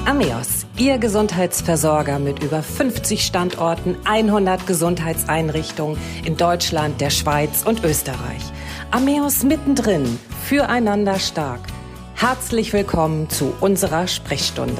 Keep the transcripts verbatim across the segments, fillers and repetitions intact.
Ameos, Ihr Gesundheitsversorger mit über fünfzig Standorten, hundert Gesundheitseinrichtungen in Deutschland, der Schweiz und Österreich. Ameos mittendrin, füreinander stark. Herzlich willkommen zu unserer Sprechstunde.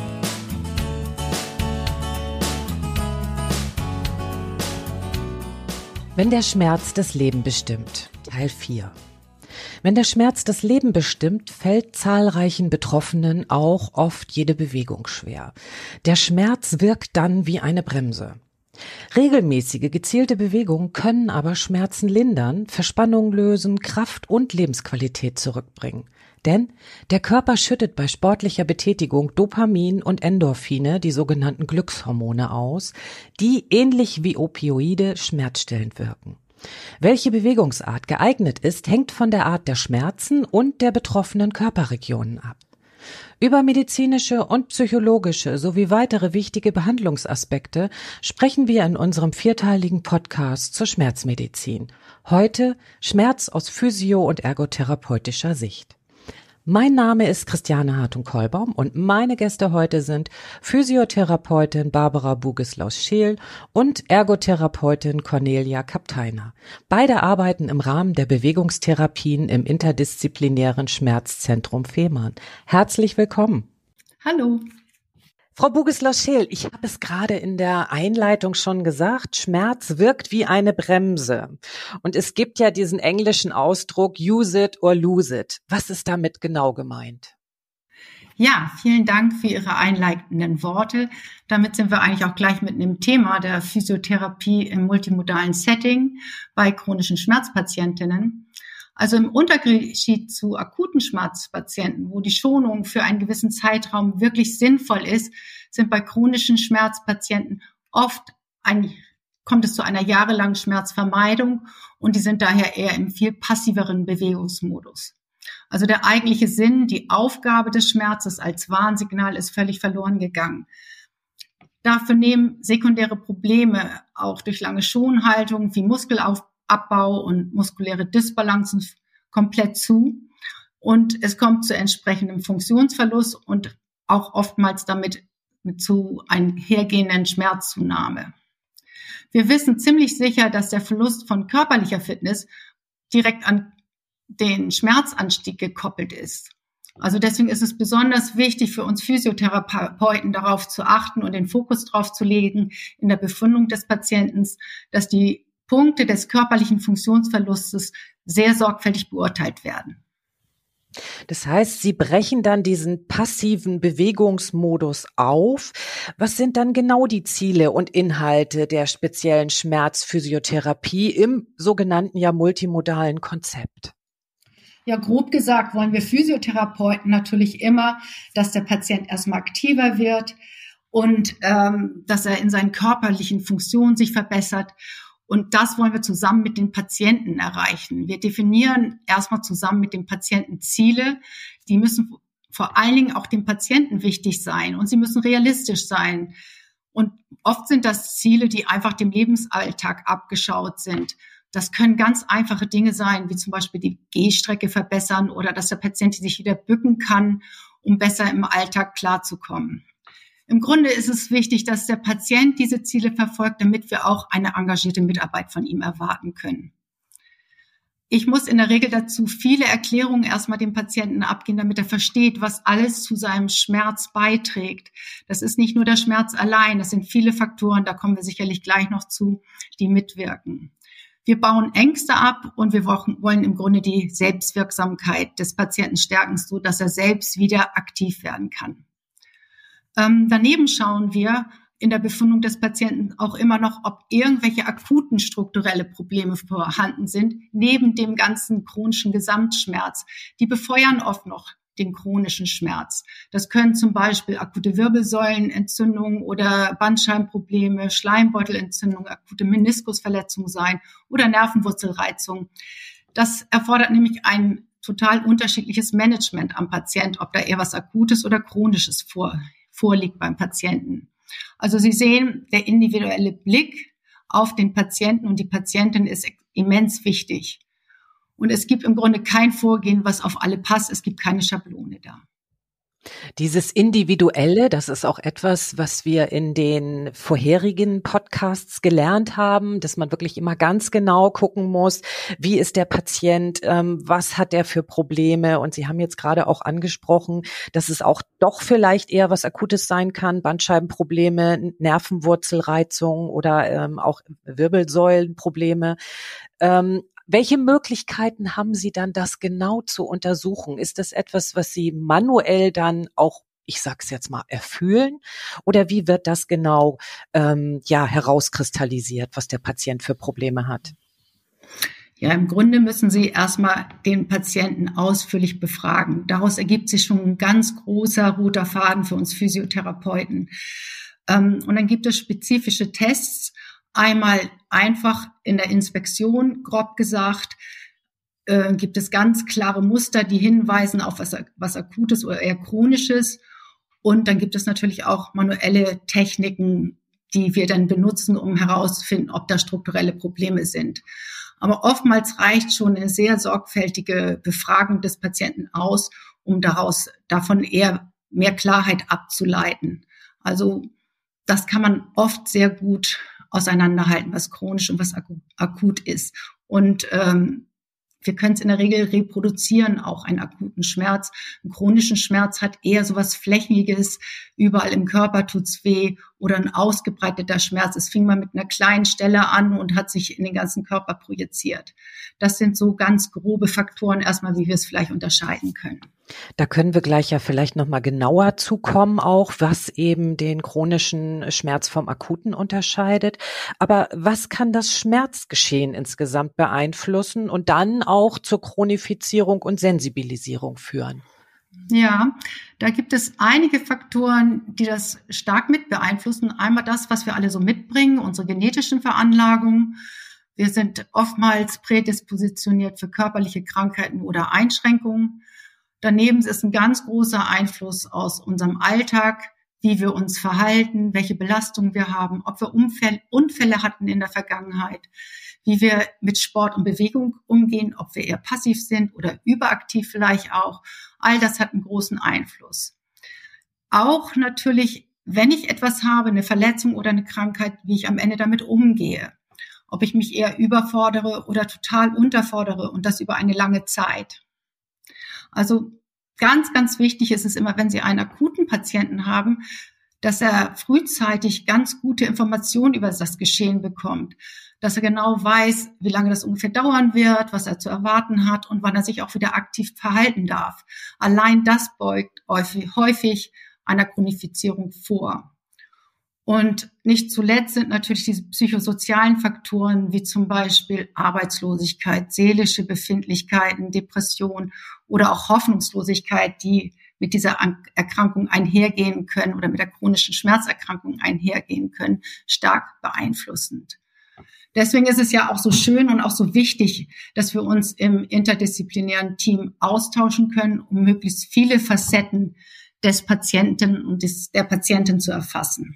Wenn der Schmerz das Leben bestimmt, Teil vier. Wenn der Schmerz das Leben bestimmt, fällt zahlreichen Betroffenen auch oft jede Bewegung schwer. Der Schmerz wirkt dann wie eine Bremse. Regelmäßige, gezielte Bewegungen können aber Schmerzen lindern, Verspannungen lösen, Kraft und Lebensqualität zurückbringen. Denn der Körper schüttet bei sportlicher Betätigung Dopamin und Endorphine, die sogenannten Glückshormone, aus, die ähnlich wie Opioide schmerzstillend wirken. Welche Bewegungsart geeignet ist, hängt von der Art der Schmerzen und der betroffenen Körperregionen ab. Über medizinische und psychologische sowie weitere wichtige Behandlungsaspekte sprechen wir in unserem vierteiligen Podcast zur Schmerzmedizin. Heute Schmerz aus physio- und ergotherapeutischer Sicht. Mein Name ist Christiane Hartung-Kollbaum und meine Gäste heute sind Physiotherapeutin Barbara Bugislaus-Scheel und Ergotherapeutin Cornelia Kapteiner. Beide arbeiten im Rahmen der Bewegungstherapien im interdisziplinären Schmerzzentrum Fehmarn. Herzlich willkommen. Hallo. Frau Bugislaus-Scheel, ich habe es gerade in der Einleitung schon gesagt, Schmerz wirkt wie eine Bremse. Und es gibt ja diesen englischen Ausdruck use it or lose it. Was ist damit genau gemeint? Ja, vielen Dank für Ihre einleitenden Worte. Damit sind wir eigentlich auch gleich mit einem Thema der Physiotherapie im multimodalen Setting bei chronischen Schmerzpatientinnen. Also im Unterschied zu akuten Schmerzpatienten, wo die Schonung für einen gewissen Zeitraum wirklich sinnvoll ist, sind bei chronischen Schmerzpatienten oft ein, kommt es zu einer jahrelangen Schmerzvermeidung und die sind daher eher im viel passiveren Bewegungsmodus. Also der eigentliche Sinn, die Aufgabe des Schmerzes als Warnsignal ist völlig verloren gegangen. Dafür nehmen sekundäre Probleme auch durch lange Schonhaltung wie Muskelaufbau Abbau und muskuläre Disbalancen komplett zu. Und es kommt zu entsprechendem Funktionsverlust und auch oftmals damit zu einhergehenden Schmerzzunahme. Wir wissen ziemlich sicher, dass der Verlust von körperlicher Fitness direkt an den Schmerzanstieg gekoppelt ist. Also deswegen ist es besonders wichtig für uns Physiotherapeuten darauf zu achten und den Fokus darauf zu legen in der Befundung des Patienten, dass die Punkte des körperlichen Funktionsverlustes sehr sorgfältig beurteilt werden. Das heißt, Sie brechen dann diesen passiven Bewegungsmodus auf. Was sind dann genau die Ziele und Inhalte der speziellen Schmerzphysiotherapie im sogenannten ja multimodalen Konzept? Ja, grob gesagt wollen wir Physiotherapeuten natürlich immer, dass der Patient erstmal aktiver wird und ähm, dass er in seinen körperlichen Funktionen sich verbessert. Und das wollen wir zusammen mit den Patienten erreichen. Wir definieren erstmal zusammen mit dem Patienten Ziele. Die müssen vor allen Dingen auch dem Patienten wichtig sein und sie müssen realistisch sein. Und oft sind das Ziele, die einfach dem Lebensalltag abgeschaut sind. Das können ganz einfache Dinge sein, wie zum Beispiel die Gehstrecke verbessern oder dass der Patient sich wieder bücken kann, um besser im Alltag klarzukommen. Im Grunde ist es wichtig, dass der Patient diese Ziele verfolgt, damit wir auch eine engagierte Mitarbeit von ihm erwarten können. Ich muss in der Regel dazu viele Erklärungen erstmal dem Patienten abgehen, damit er versteht, was alles zu seinem Schmerz beiträgt. Das ist nicht nur der Schmerz allein, das sind viele Faktoren, da kommen wir sicherlich gleich noch zu, die mitwirken. Wir bauen Ängste ab und wir wollen im Grunde die Selbstwirksamkeit des Patienten stärken, so dass er selbst wieder aktiv werden kann. Ähm, daneben schauen wir in der Befundung des Patienten auch immer noch, ob irgendwelche akuten strukturelle Probleme vorhanden sind, neben dem ganzen chronischen Gesamtschmerz. Die befeuern oft noch den chronischen Schmerz. Das können zum Beispiel akute Wirbelsäulenentzündungen oder Bandscheibenprobleme, Schleimbeutelentzündungen, akute Meniskusverletzungen sein oder Nervenwurzelreizungen. Das erfordert nämlich ein total unterschiedliches Management am Patient, ob da eher was Akutes oder Chronisches vor, vorliegt beim Patienten. Also Sie sehen, der individuelle Blick auf den Patienten und die Patientin ist immens wichtig. Und es gibt im Grunde kein Vorgehen, was auf alle passt. Es gibt keine Schablone da. Dieses Individuelle, das ist auch etwas, was wir in den vorherigen Podcasts gelernt haben, dass man wirklich immer ganz genau gucken muss, wie ist der Patient, ähm, was hat er für Probleme. Und Sie haben jetzt gerade auch angesprochen, dass es auch doch vielleicht eher was Akutes sein kann, Bandscheibenprobleme, Nervenwurzelreizung oder ähm, auch Wirbelsäulenprobleme. Ähm, Welche Möglichkeiten haben Sie dann, das genau zu untersuchen? Ist das etwas, was Sie manuell dann auch, ich sag's jetzt mal, erfühlen? Oder wie wird das genau ähm, ja herauskristallisiert, was der Patient für Probleme hat? Ja, im Grunde müssen Sie erstmal den Patienten ausführlich befragen. Daraus ergibt sich schon ein ganz großer roter Faden für uns Physiotherapeuten. Ähm, und dann gibt es spezifische Tests. Einmal einfach in der Inspektion, grob gesagt, äh, gibt es ganz klare Muster, die hinweisen auf was, was Akutes oder eher Chronisches. Und dann gibt es natürlich auch manuelle Techniken, die wir dann benutzen, um herauszufinden, ob da strukturelle Probleme sind. Aber oftmals reicht schon eine sehr sorgfältige Befragung des Patienten aus, um daraus davon eher mehr Klarheit abzuleiten. Also das kann man oft sehr gut auseinanderhalten, was chronisch und was akut ist. Und ähm, wir können es in der Regel reproduzieren, auch einen akuten Schmerz. Einen chronischen Schmerz hat eher so was Flächiges, überall im Körper tut's weh, oder ein ausgebreiteter Schmerz. Es fing mal mit einer kleinen Stelle an und hat sich in den ganzen Körper projiziert. Das sind so ganz grobe Faktoren erstmal, wie wir es vielleicht unterscheiden können. Da können wir gleich ja vielleicht nochmal genauer zukommen auch, was eben den chronischen Schmerz vom akuten unterscheidet. Aber was kann das Schmerzgeschehen insgesamt beeinflussen und dann auch zur Chronifizierung und Sensibilisierung führen? Ja, da gibt es einige Faktoren, die das stark mit beeinflussen. Einmal das, was wir alle so mitbringen, unsere genetischen Veranlagungen. Wir sind oftmals prädispositioniert für körperliche Krankheiten oder Einschränkungen. Daneben ist ein ganz großer Einfluss aus unserem Alltag, wie wir uns verhalten, welche Belastungen wir haben, ob wir Unfälle, Unfälle hatten in der Vergangenheit, wie wir mit Sport und Bewegung umgehen, ob wir eher passiv sind oder überaktiv vielleicht auch. All das hat einen großen Einfluss. Auch natürlich, wenn ich etwas habe, eine Verletzung oder eine Krankheit, wie ich am Ende damit umgehe. Ob ich mich eher überfordere oder total unterfordere und das über eine lange Zeit. Also ganz, ganz wichtig ist es immer, wenn Sie einen akuten Patienten haben, dass er frühzeitig ganz gute Informationen über das Geschehen bekommt, dass er genau weiß, wie lange das ungefähr dauern wird, was er zu erwarten hat und wann er sich auch wieder aktiv verhalten darf. Allein das beugt häufig einer Chronifizierung vor. Und nicht zuletzt sind natürlich diese psychosozialen Faktoren wie zum Beispiel Arbeitslosigkeit, seelische Befindlichkeiten, Depression oder auch Hoffnungslosigkeit, die mit dieser Erkrankung einhergehen können oder mit der chronischen Schmerzerkrankung einhergehen können, stark beeinflussend. Deswegen ist es ja auch so schön und auch so wichtig, dass wir uns im interdisziplinären Team austauschen können, um möglichst viele Facetten des Patienten und des, der Patientin zu erfassen.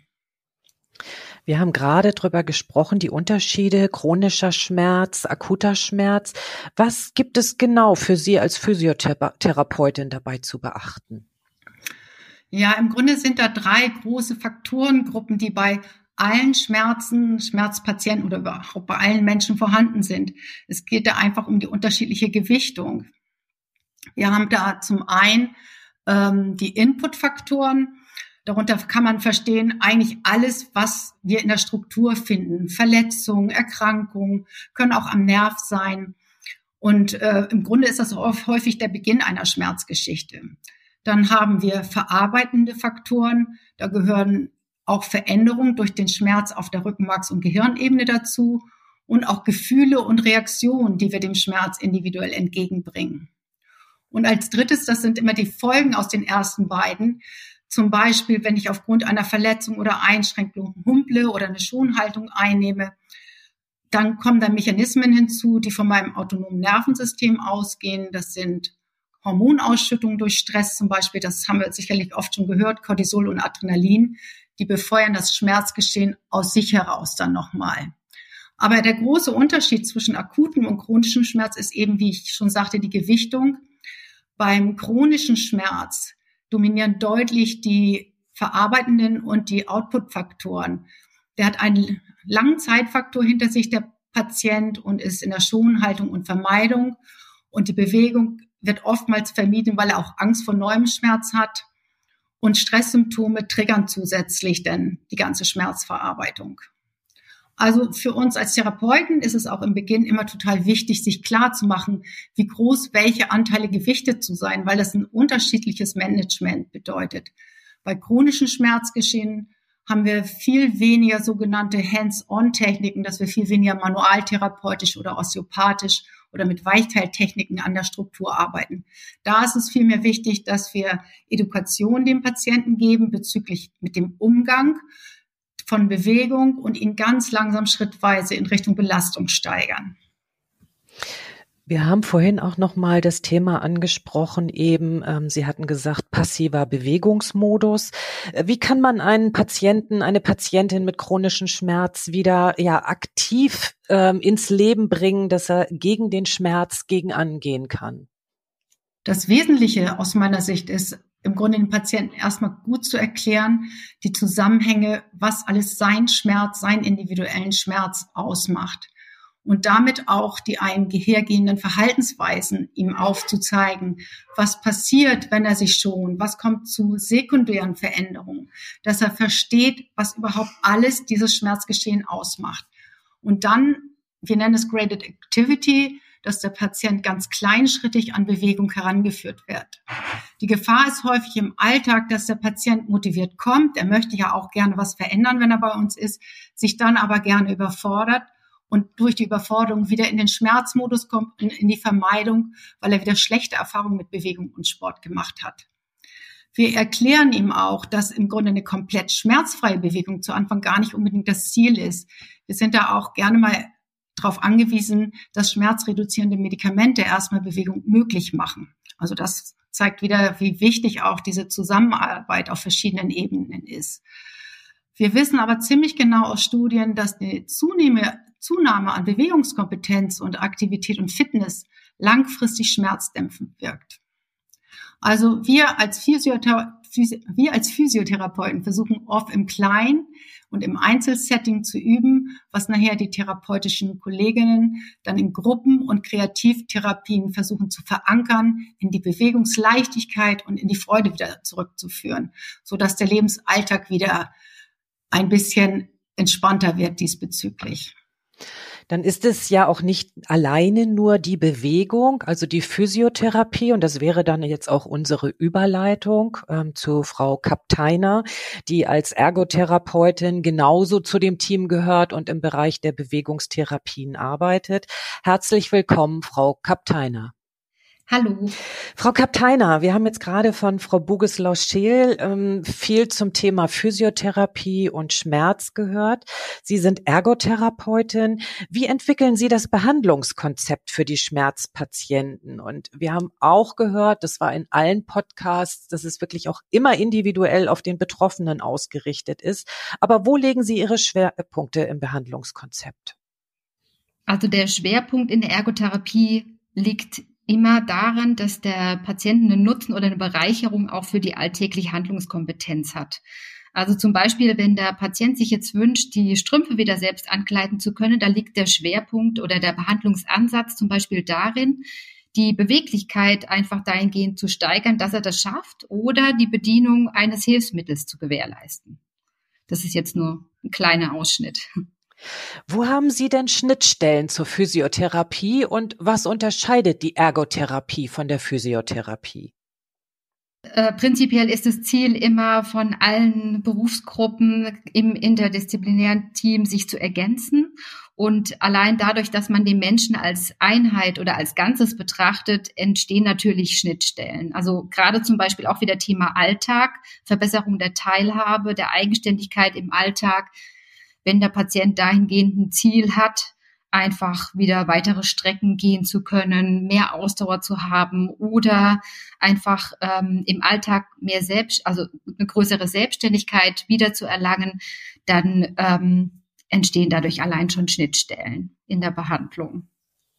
Wir haben gerade drüber gesprochen, die Unterschiede chronischer Schmerz, akuter Schmerz. Was gibt es genau für Sie als Physiotherapeutin dabei zu beachten? Ja, im Grunde sind da drei große Faktorengruppen, die bei allen Schmerzen, Schmerzpatienten oder überhaupt bei allen Menschen vorhanden sind. Es geht da einfach um die unterschiedliche Gewichtung. Wir haben da zum einen ähm, die Inputfaktoren. Darunter kann man verstehen eigentlich alles, was wir in der Struktur finden. Verletzungen, Erkrankungen, können auch am Nerv sein. Und äh, im Grunde ist das oft häufig der Beginn einer Schmerzgeschichte. Dann haben wir verarbeitende Faktoren. Da gehören auch Veränderungen durch den Schmerz auf der Rückenmarks- und Gehirnebene dazu und auch Gefühle und Reaktionen, die wir dem Schmerz individuell entgegenbringen. Und als drittes, das sind immer die Folgen aus den ersten beiden. Zum Beispiel, wenn ich aufgrund einer Verletzung oder Einschränkung humple oder eine Schonhaltung einnehme, dann kommen da Mechanismen hinzu, die von meinem autonomen Nervensystem ausgehen. Das sind Hormonausschüttungen durch Stress zum Beispiel, das haben wir sicherlich oft schon gehört, Cortisol und Adrenalin, die befeuern das Schmerzgeschehen aus sich heraus dann nochmal. Aber der große Unterschied zwischen akutem und chronischem Schmerz ist eben, wie ich schon sagte, die Gewichtung. Beim chronischen Schmerz, dominieren deutlich die verarbeitenden und die Output-Faktoren. Der hat einen langen Zeitfaktor hinter sich, der Patient, und ist in der Schonhaltung und Vermeidung. Und die Bewegung wird oftmals vermieden, weil er auch Angst vor neuem Schmerz hat. Und Stresssymptome triggern zusätzlich dann die ganze Schmerzverarbeitung. Also für uns als Therapeuten ist es auch im Beginn immer total wichtig, sich klar zu machen, wie groß welche Anteile gewichtet zu sein, weil das ein unterschiedliches Management bedeutet. Bei chronischen Schmerzgeschehen haben wir viel weniger sogenannte Hands-on-Techniken, dass wir viel weniger manualtherapeutisch oder osteopathisch oder mit Weichteiltechniken an der Struktur arbeiten. Da ist es vielmehr wichtig, dass wir Education dem Patienten geben bezüglich mit dem Umgang von Bewegung und ihn ganz langsam schrittweise in Richtung Belastung steigern. Wir haben vorhin auch noch mal das Thema angesprochen, eben, ähm, Sie hatten gesagt, passiver Bewegungsmodus. Wie kann man einen Patienten, eine Patientin mit chronischem Schmerz wieder ja aktiv ähm, ins Leben bringen, dass er gegen den Schmerz gegen angehen kann? Das Wesentliche aus meiner Sicht ist, im Grunde den Patienten erstmal gut zu erklären, die Zusammenhänge, was alles sein Schmerz, seinen individuellen Schmerz ausmacht. Und damit auch die einhergehenden Verhaltensweisen ihm aufzuzeigen. Was passiert, wenn er sich schont? Was kommt zu sekundären Veränderungen? Dass er versteht, was überhaupt alles dieses Schmerzgeschehen ausmacht. Und dann, wir nennen es Graded Activity, dass der Patient ganz kleinschrittig an Bewegung herangeführt wird. Die Gefahr ist häufig im Alltag, dass der Patient motiviert kommt. Er möchte ja auch gerne was verändern, wenn er bei uns ist, sich dann aber gerne überfordert und durch die Überforderung wieder in den Schmerzmodus kommt, in die Vermeidung, weil er wieder schlechte Erfahrungen mit Bewegung und Sport gemacht hat. Wir erklären ihm auch, dass im Grunde eine komplett schmerzfreie Bewegung zu Anfang gar nicht unbedingt das Ziel ist. Wir sind da auch gerne mal darauf angewiesen, dass schmerzreduzierende Medikamente erstmal Bewegung möglich machen. Also das zeigt wieder, wie wichtig auch diese Zusammenarbeit auf verschiedenen Ebenen ist. Wir wissen aber ziemlich genau aus Studien, dass die Zunahme, Zunahme an Bewegungskompetenz und Aktivität und Fitness langfristig schmerzdämpfend wirkt. Also wir als Physiothera- wir als Physiotherapeuten versuchen oft im Kleinen und im Einzelsetting zu üben, was nachher die therapeutischen Kolleginnen dann in Gruppen- und Kreativtherapien versuchen zu verankern, in die Bewegungsleichtigkeit und in die Freude wieder zurückzuführen, sodass der Lebensalltag wieder ein bisschen entspannter wird diesbezüglich. Dann ist es ja auch nicht alleine nur die Bewegung, also die Physiotherapie, und das wäre dann jetzt auch unsere Überleitung ähm, zu Frau Kapteiner, die als Ergotherapeutin genauso zu dem Team gehört und im Bereich der Bewegungstherapien arbeitet. Herzlich willkommen, Frau Kapteiner. Hallo. Frau Kapteiner, wir haben jetzt gerade von Frau Bugeslau-Scheel ähm, viel zum Thema Physiotherapie und Schmerz gehört. Sie sind Ergotherapeutin. Wie entwickeln Sie das Behandlungskonzept für die Schmerzpatienten? Und wir haben auch gehört, das war in allen Podcasts, dass es wirklich auch immer individuell auf den Betroffenen ausgerichtet ist. Aber wo legen Sie Ihre Schwerpunkte im Behandlungskonzept? Also der Schwerpunkt in der Ergotherapie liegt immer daran, dass der Patient einen Nutzen oder eine Bereicherung auch für die alltägliche Handlungskompetenz hat. Also zum Beispiel, wenn der Patient sich jetzt wünscht, die Strümpfe wieder selbst ankleiden zu können, da liegt der Schwerpunkt oder der Behandlungsansatz zum Beispiel darin, die Beweglichkeit einfach dahingehend zu steigern, dass er das schafft, oder die Bedienung eines Hilfsmittels zu gewährleisten. Das ist jetzt nur ein kleiner Ausschnitt. Wo haben Sie denn Schnittstellen zur Physiotherapie und was unterscheidet die Ergotherapie von der Physiotherapie? Äh, prinzipiell ist das Ziel immer von allen Berufsgruppen im interdisziplinären Team sich zu ergänzen. Und allein dadurch, dass man den Menschen als Einheit oder als Ganzes betrachtet, entstehen natürlich Schnittstellen. Also gerade zum Beispiel auch wieder Thema Alltag, Verbesserung der Teilhabe, der Eigenständigkeit im Alltag. Wenn der Patient dahingehend ein Ziel hat, einfach wieder weitere Strecken gehen zu können, mehr Ausdauer zu haben oder einfach ähm, im Alltag mehr selbst, also eine größere Selbstständigkeit wieder zu erlangen, dann ähm, entstehen dadurch allein schon Schnittstellen in der Behandlung.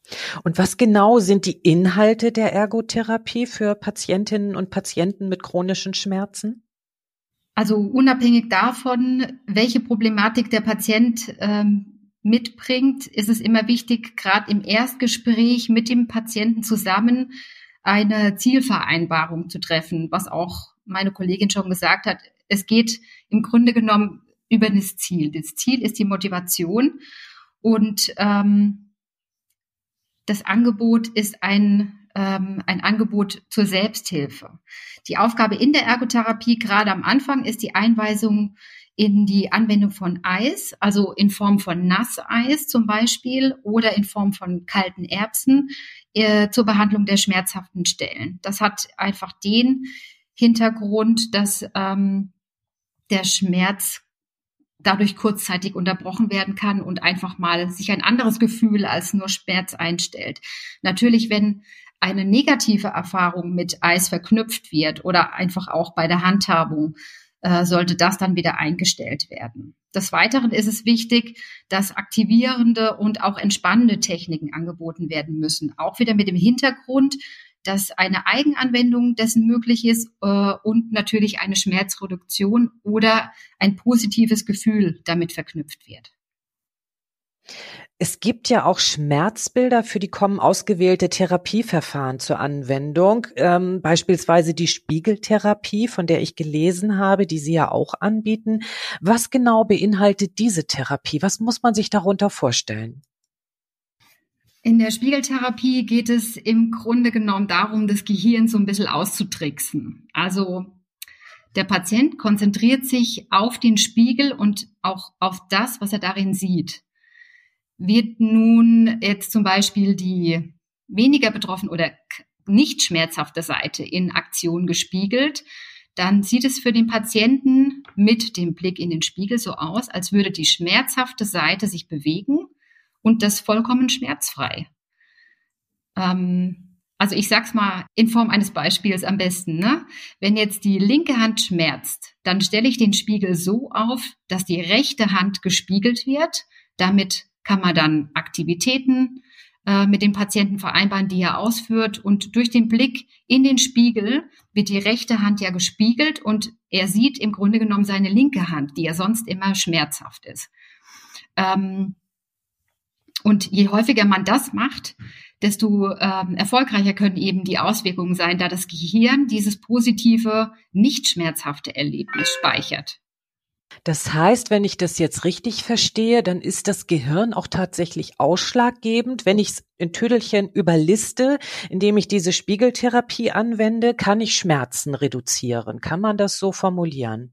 Und was genau sind die Inhalte der Ergotherapie für Patientinnen und Patienten mit chronischen Schmerzen? Also unabhängig davon, welche Problematik der Patient ähm, mitbringt, ist es immer wichtig, gerade im Erstgespräch mit dem Patienten zusammen eine Zielvereinbarung zu treffen, was auch meine Kollegin schon gesagt hat. Es geht im Grunde genommen über das Ziel. Das Ziel ist die Motivation und ähm, das Angebot ist ein, ähm, ein Angebot zur Selbsthilfe. Die Aufgabe in der Ergotherapie gerade am Anfang ist die Einweisung in die Anwendung von Eis, also in Form von Nasseis zum Beispiel oder in Form von kalten Erbsen äh, zur Behandlung der schmerzhaften Stellen. Das hat einfach den Hintergrund, dass ähm, der Schmerz dadurch kurzzeitig unterbrochen werden kann und einfach mal sich ein anderes Gefühl als nur Schmerz einstellt. Natürlich, wenn eine negative Erfahrung mit Eis verknüpft wird oder einfach auch bei der Handhabung, äh, sollte das dann wieder eingestellt werden. Des Weiteren ist es wichtig, dass aktivierende und auch entspannende Techniken angeboten werden müssen. Auch wieder mit dem Hintergrund, dass eine Eigenanwendung dessen möglich ist äh, und natürlich eine Schmerzreduktion oder ein positives Gefühl damit verknüpft wird. Es gibt ja auch Schmerzbilder, für die kommen ausgewählte Therapieverfahren zur Anwendung, ähm, beispielsweise die Spiegeltherapie, von der ich gelesen habe, die Sie ja auch anbieten. Was genau beinhaltet diese Therapie? Was muss man sich darunter vorstellen? In der Spiegeltherapie geht es im Grunde genommen darum, das Gehirn so ein bisschen auszutricksen. Also der Patient konzentriert sich auf den Spiegel und auch auf das, was er darin sieht. Wird nun jetzt zum Beispiel die weniger betroffen oder nicht schmerzhafte Seite in Aktion gespiegelt, dann sieht es für den Patienten mit dem Blick in den Spiegel so aus, als würde die schmerzhafte Seite sich bewegen und das vollkommen schmerzfrei. Ähm, also ich sag's mal in Form eines Beispiels am besten, ne? Wenn jetzt die linke Hand schmerzt, dann stelle ich den Spiegel so auf, dass die rechte Hand gespiegelt wird. Damit kann man dann Aktivitäten äh, mit dem Patienten vereinbaren, die er ausführt. Und durch den Blick in den Spiegel wird die rechte Hand ja gespiegelt und er sieht im Grunde genommen seine linke Hand, die ja sonst immer schmerzhaft ist. Ähm, Und je häufiger man das macht, desto ähm, erfolgreicher können eben die Auswirkungen sein, da das Gehirn dieses positive, nicht schmerzhafte Erlebnis speichert. Das heißt, wenn ich das jetzt richtig verstehe, dann ist das Gehirn auch tatsächlich ausschlaggebend. Wenn ich es in Tüdelchen überliste, indem ich diese Spiegeltherapie anwende, kann ich Schmerzen reduzieren. Kann man das so formulieren?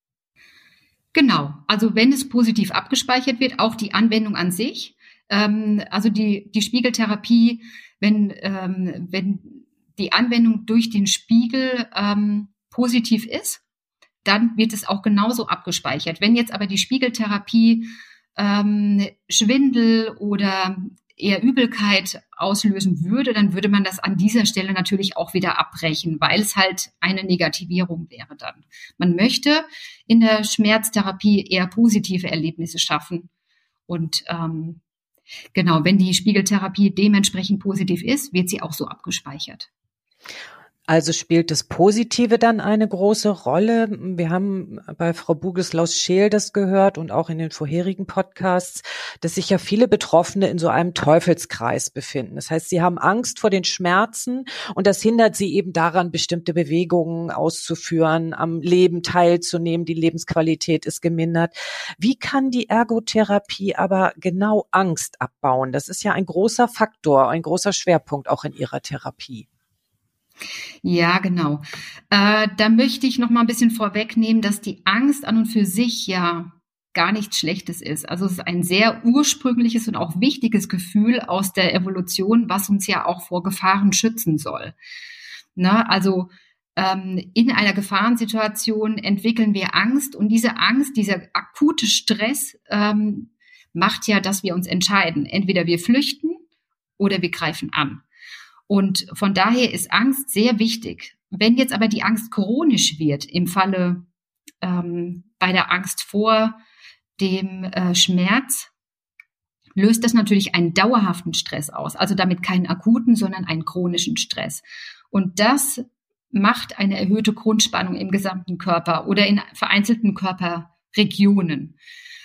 Genau, also wenn es positiv abgespeichert wird, auch die Anwendung an sich, also die, die Spiegeltherapie, wenn, ähm, wenn die Anwendung durch den Spiegel ähm, positiv ist, dann wird es auch genauso abgespeichert. Wenn jetzt aber die Spiegeltherapie ähm, Schwindel oder eher Übelkeit auslösen würde, dann würde man das an dieser Stelle natürlich auch wieder abbrechen, weil es halt eine Negativierung wäre dann. Man möchte in der Schmerztherapie eher positive Erlebnisse schaffen und ähm, genau, wenn die Spiegeltherapie dementsprechend positiv ist, wird sie auch so abgespeichert. Also spielt das Positive dann eine große Rolle? Wir haben bei Frau Bugeslaus-Scheel das gehört und auch in den vorherigen Podcasts, dass sich ja viele Betroffene in so einem Teufelskreis befinden. Das heißt, sie haben Angst vor den Schmerzen und das hindert sie eben daran, bestimmte Bewegungen auszuführen, am Leben teilzunehmen. Die Lebensqualität ist gemindert. Wie kann die Ergotherapie aber genau Angst abbauen? Das ist ja ein großer Faktor, ein großer Schwerpunkt auch in Ihrer Therapie. Ja, genau. Äh, da möchte ich noch mal ein bisschen vorwegnehmen, dass die Angst an und für sich ja gar nichts Schlechtes ist. Also es ist ein sehr ursprüngliches und auch wichtiges Gefühl aus der Evolution, was uns ja auch vor Gefahren schützen soll. Na, also ähm, in einer Gefahrensituation entwickeln wir Angst und diese Angst, dieser akute Stress ähm, macht ja, dass wir uns entscheiden. Entweder wir flüchten oder wir greifen an. Und von daher ist Angst sehr wichtig. Wenn jetzt aber die Angst chronisch wird, im Falle ähm, bei der Angst vor dem äh, Schmerz, löst das natürlich einen dauerhaften Stress aus. Also damit keinen akuten, sondern einen chronischen Stress. Und das macht eine erhöhte Grundspannung im gesamten Körper oder in vereinzelten Körperregionen.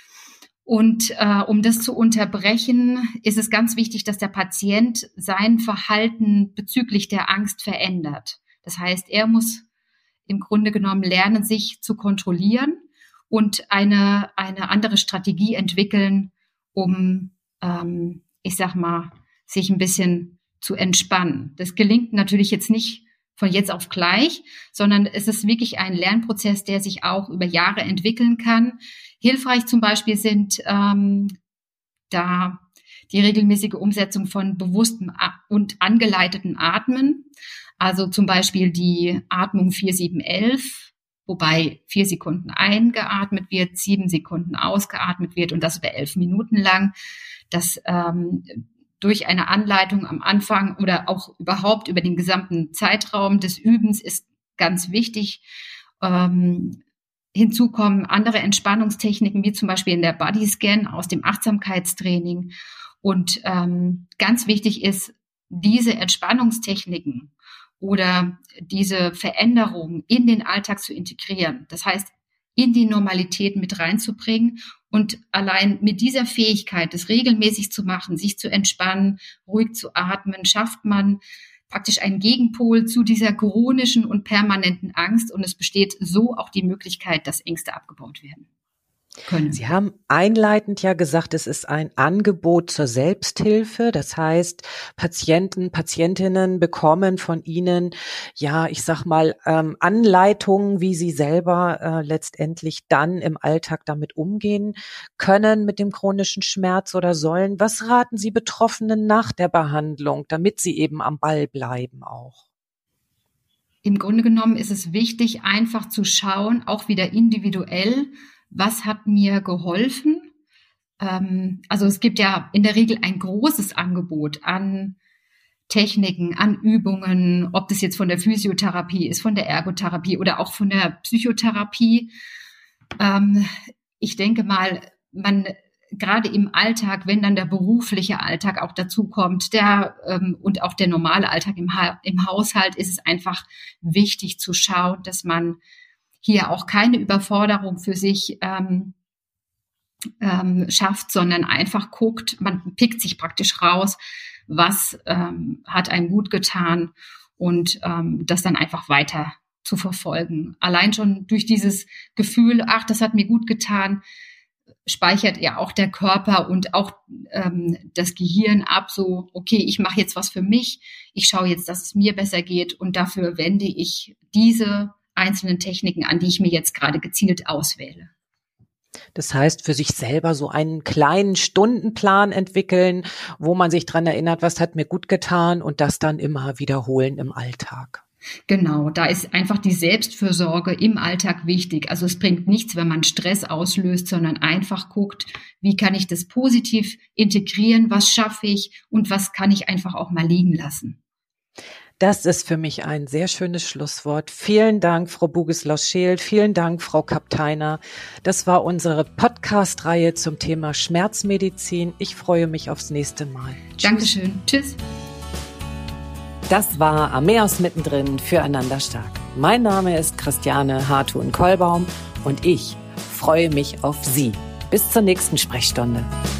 Und äh, um das zu unterbrechen, ist es ganz wichtig, dass der Patient sein Verhalten bezüglich der Angst verändert. Das heißt, er muss im Grunde genommen lernen, sich zu kontrollieren und eine eine andere Strategie entwickeln, um, ähm, ich sag mal, sich ein bisschen zu entspannen. Das gelingt natürlich jetzt nicht von jetzt auf gleich, sondern es ist wirklich ein Lernprozess, der sich auch über Jahre entwickeln kann. Hilfreich zum Beispiel sind ähm, da die regelmäßige Umsetzung von bewusstem und angeleiteten Atmen, also zum Beispiel die Atmung vier sieben elf, wobei vier Sekunden eingeatmet wird, sieben Sekunden ausgeatmet wird und das über elf Minuten lang. Das ähm, durch eine Anleitung am Anfang oder auch überhaupt über den gesamten Zeitraum des Übens ist ganz wichtig. Ähm, hinzu kommen andere Entspannungstechniken, wie zum Beispiel in der Bodyscan aus dem Achtsamkeitstraining. Und ähm, ganz wichtig ist, diese Entspannungstechniken oder diese Veränderungen in den Alltag zu integrieren. Das heißt, in die Normalität mit reinzubringen. Und allein mit dieser Fähigkeit, das regelmäßig zu machen, sich zu entspannen, ruhig zu atmen, schafft man praktisch einen Gegenpol zu dieser chronischen und permanenten Angst. Und es besteht so auch die Möglichkeit, dass Ängste abgebaut werden können. Sie haben einleitend ja gesagt, es ist ein Angebot zur Selbsthilfe. Das heißt, Patienten, Patientinnen bekommen von Ihnen, ja, ich sag mal, ähm, Anleitungen, wie sie selber äh, letztendlich dann im Alltag damit umgehen können mit dem chronischen Schmerz oder sollen. Was raten Sie Betroffenen nach der Behandlung, damit sie eben am Ball bleiben auch? Im Grunde genommen ist es wichtig, einfach zu schauen, auch wieder individuell, was hat mir geholfen? Ähm, also es gibt ja in der Regel ein großes Angebot an Techniken, an Übungen, ob das jetzt von der Physiotherapie ist, von der Ergotherapie oder auch von der Psychotherapie. Ähm, ich denke mal, man gerade im Alltag, wenn dann der berufliche Alltag auch dazu kommt, der ähm, und auch der normale Alltag im, ha- im Haushalt, ist es einfach wichtig zu schauen, dass man hier auch keine Überforderung für sich ähm, ähm, schafft, sondern einfach guckt, man pickt sich praktisch raus, was ähm, hat einem gut getan und ähm, das dann einfach weiter zu verfolgen. Allein schon durch dieses Gefühl, ach, das hat mir gut getan, speichert ja auch der Körper und auch ähm, das Gehirn ab, so, okay, ich mache jetzt was für mich, ich schaue jetzt, dass es mir besser geht und dafür wende ich diese einzelnen Techniken an, die ich mir jetzt gerade gezielt auswähle. Das heißt, für sich selber so einen kleinen Stundenplan entwickeln, wo man sich dran erinnert, was hat mir gut getan und das dann immer wiederholen im Alltag. Genau, da ist einfach die Selbstfürsorge im Alltag wichtig. Also es bringt nichts, wenn man Stress auslöst, sondern einfach guckt, wie kann ich das positiv integrieren, was schaffe ich und was kann ich einfach auch mal liegen lassen. Das ist für mich ein sehr schönes Schlusswort. Vielen Dank, Frau Bugeslaus-Scheel. Vielen Dank, Frau Kapteiner. Das war unsere Podcast-Reihe zum Thema Schmerzmedizin. Ich freue mich aufs nächste Mal. Dankeschön. Tschüss. Das war Ameos mittendrin, füreinander stark. Mein Name ist Christiane Hartun-Kollbaum und ich freue mich auf Sie. Bis zur nächsten Sprechstunde.